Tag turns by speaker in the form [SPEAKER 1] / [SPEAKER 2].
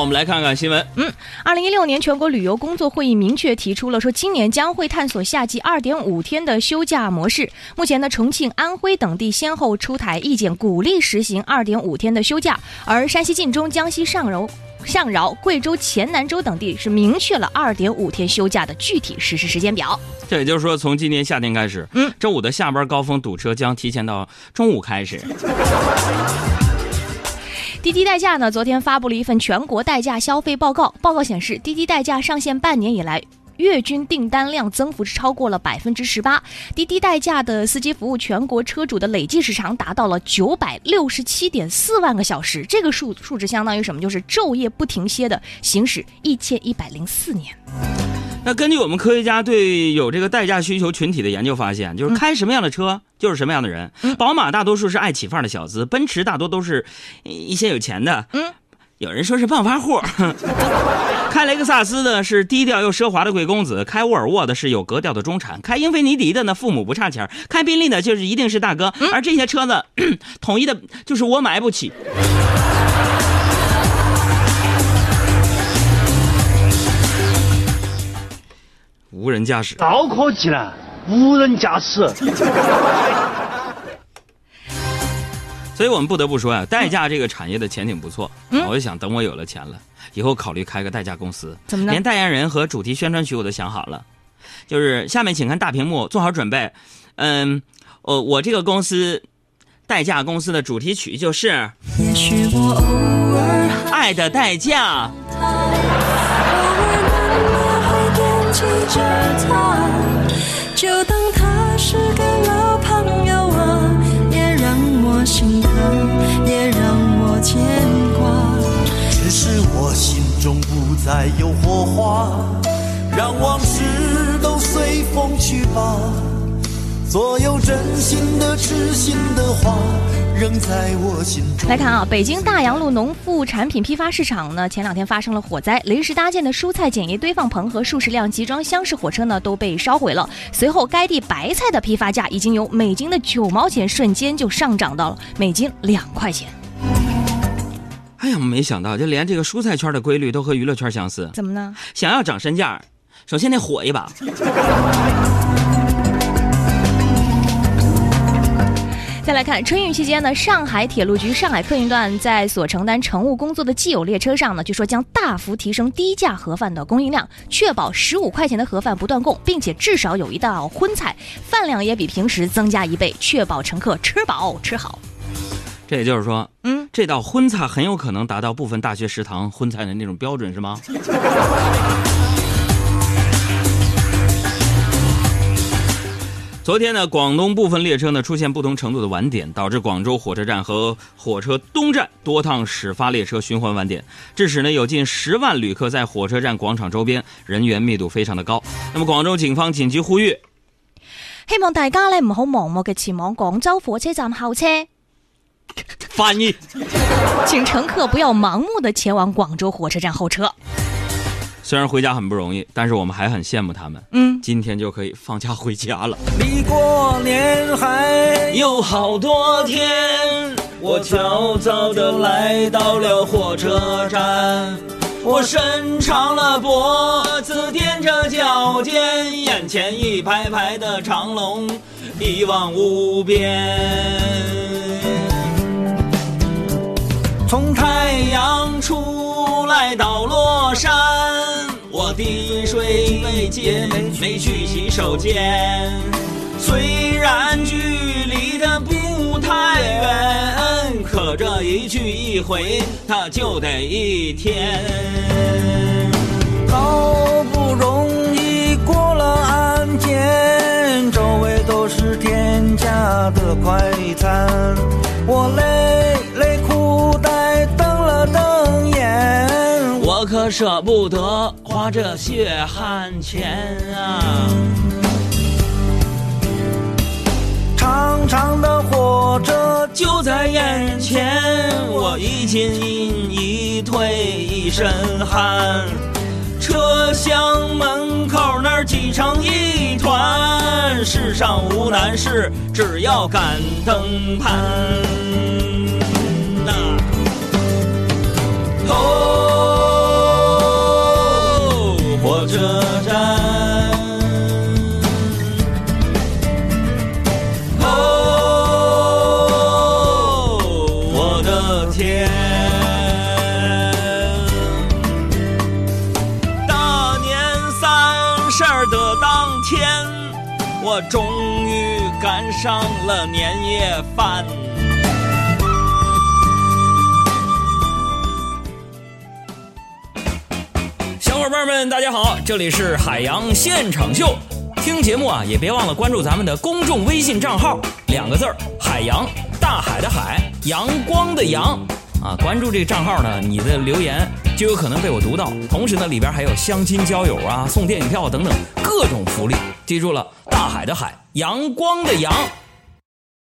[SPEAKER 1] 我们来看看新闻。
[SPEAKER 2] 2016年全国旅游工作会议明确提出了说，今年将会探索夏季2.5天的休假模式。目前呢，重庆、安徽等地先后出台意见，鼓励实行2.5天的休假，而山西晋中、江西上饶、贵州黔南州等地是明确了2.5天休假的具体实施时间表。
[SPEAKER 1] 这也就是说，从今年夏天开始，周五的下班高峰堵车将提前到中午开始。
[SPEAKER 2] 滴滴代驾呢，昨天发布了一份全国代驾消费报告。报告显示，滴滴代驾上线半年以来，月均订单量增幅是超过了18%。滴滴代驾的司机服务全国车主的累计时长达到了967.4万个小时，这个数值相当于什么？就是昼夜不停歇的行驶1104年。
[SPEAKER 1] 那根据我们科学家对有这个代驾需求群体的研究发现，就是开什么样的车就是什么样的人。宝马大多数是爱起范儿的小资，奔驰大多都是一些有钱的，有人说是暴发户。开雷克萨斯的是低调又奢华的贵公子，开沃尔沃的是有格调的中产，开英菲尼迪的呢父母不差钱，开宾利的就是一定是大哥。而这些车子统一的就是我买不起。无人驾驶，
[SPEAKER 3] 高科技了，无人驾驶。
[SPEAKER 1] 所以我们不得不说呀，代驾这个产业的前景不错。我就想，等我有了钱了，以后考虑开个代驾公司。
[SPEAKER 2] 怎么呢？
[SPEAKER 1] 连代言人和主题宣传曲我都想好了，就是下面请看大屏幕，做好准备。我这个公司代驾公司的主题曲就是
[SPEAKER 4] 也许我偶尔
[SPEAKER 1] 爱的代价。
[SPEAKER 4] 记着他，就当他是个老朋友啊，也让我心疼，也让我牵挂。
[SPEAKER 5] 只是我心中不再有火花，让往事都随风去吧。所有真心的痴心的话仍在我心中。
[SPEAKER 2] 来看啊，北京大洋路农副产品批发市场呢，前2天发生了火灾，临时搭建的蔬菜检验堆放棚和数十辆集装箱式火车呢都被烧毁了。随后，该地白菜的批发价已经由每斤的9毛钱瞬间就上涨到了每斤2块钱。
[SPEAKER 1] 哎呀，没想到就连这个蔬菜圈的规律都和娱乐圈相似。
[SPEAKER 2] 怎么呢？
[SPEAKER 1] 想要涨身价，首先得火一把。
[SPEAKER 2] 再来看春运期间呢，上海铁路局上海客运段在所承担乘务工作的既有列车上呢，据说将大幅提升低价盒饭的供应量，确保15块钱的盒饭不断供，并且至少有一道荤菜，饭量也比平时增加1倍，确保乘客吃饱吃好。
[SPEAKER 1] 这也就是说，这道荤菜很有可能达到部分大学食堂荤菜的那种标准，是吗？昨天呢，广东部分列车呢出现不同程度的晚点，导致广州火车站和火车东站多趟始发列车循环晚点，致使呢有近10万旅客在火车站广场周边人员密度非常的高。那么广州警方紧急呼吁，
[SPEAKER 2] 希望大家呢唔好盲目嘅前往廣州火車站候車。
[SPEAKER 1] 翻譯，
[SPEAKER 2] 請乘客不要盲目的前往廣州火車站候車。
[SPEAKER 1] 虽然回家很不容易，但是我们还很羡慕他们。今天就可以放假回家了。
[SPEAKER 5] 离过年还
[SPEAKER 1] 有好多天，我悄悄地来到了火车站，我伸长了脖子，踮着脚尖，眼前一排排的长龙一望无边。从太阳出来到落山，我滴水未进，没去洗手间。虽然距离的不太远，可这一去一回，它就得1天。
[SPEAKER 5] 好不容易过了安检，周围都是店家的快餐，我累累裤带瞪了瞪眼，
[SPEAKER 1] 我可舍不得花这血汗钱啊。
[SPEAKER 5] 长长的火车
[SPEAKER 1] 就在眼前，我一进一退一身汗，车厢门口那儿挤成一团，世上无难事，只要赶灯盘。哦我终于赶上了年夜饭。小伙伴们大家好，这里是海洋现场秀。听节目啊，也别忘了关注咱们的公众微信账号，2个字儿海洋，大海的海，阳光的阳啊。关注这个账号呢，你的留言就有可能被我读到，同时呢里边还有相亲交友啊、送电影票等等各种福利。记住了，大海的海，阳光的阳。